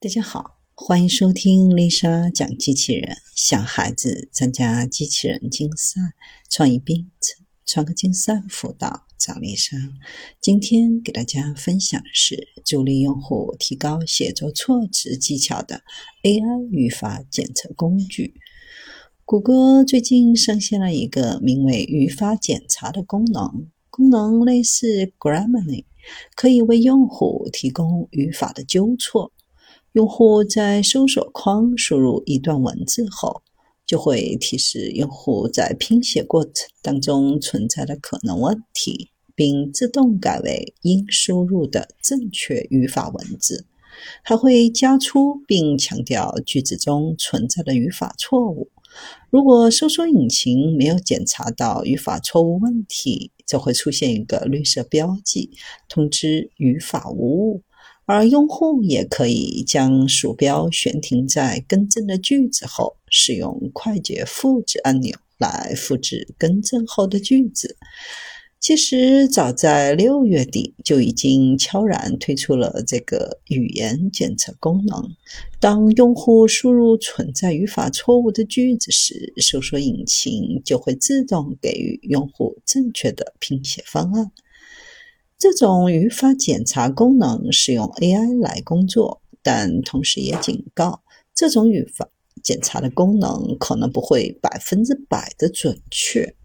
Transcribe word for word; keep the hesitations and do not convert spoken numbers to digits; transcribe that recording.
大家好，欢迎收听丽莎讲机器人，想孩子参加机器人竞赛、创意编程、创客竞赛辅导，找丽莎。今天给大家分享的是助力用户提高写作错字技巧的 A I 语法检测工具。谷歌最近上线了一个名为语法检查的功能，功能类似 Grammarly， 可以为用户提供语法的纠错。用户在搜索框输入一段文字后，就会提示用户在拼写过程当中存在的可能问题，并自动改为应输入的正确语法文字。还会加粗并强调句子中存在的语法错误。如果搜索引擎没有检查到语法错误问题，则会出现一个绿色标记，通知语法无误。而用户也可以将鼠标悬停在更正的句子后，使用快捷复制按钮来复制更正后的句子。其实早在六月底就已经悄然推出了这个语言检测功能。当用户输入存在语法错误的句子时，搜索引擎就会自动给予用户正确的拼写方案。这种语法检查功能是用 A I 来工作，但同时也警告，这种语法检查的功能可能不会百分之百的准确。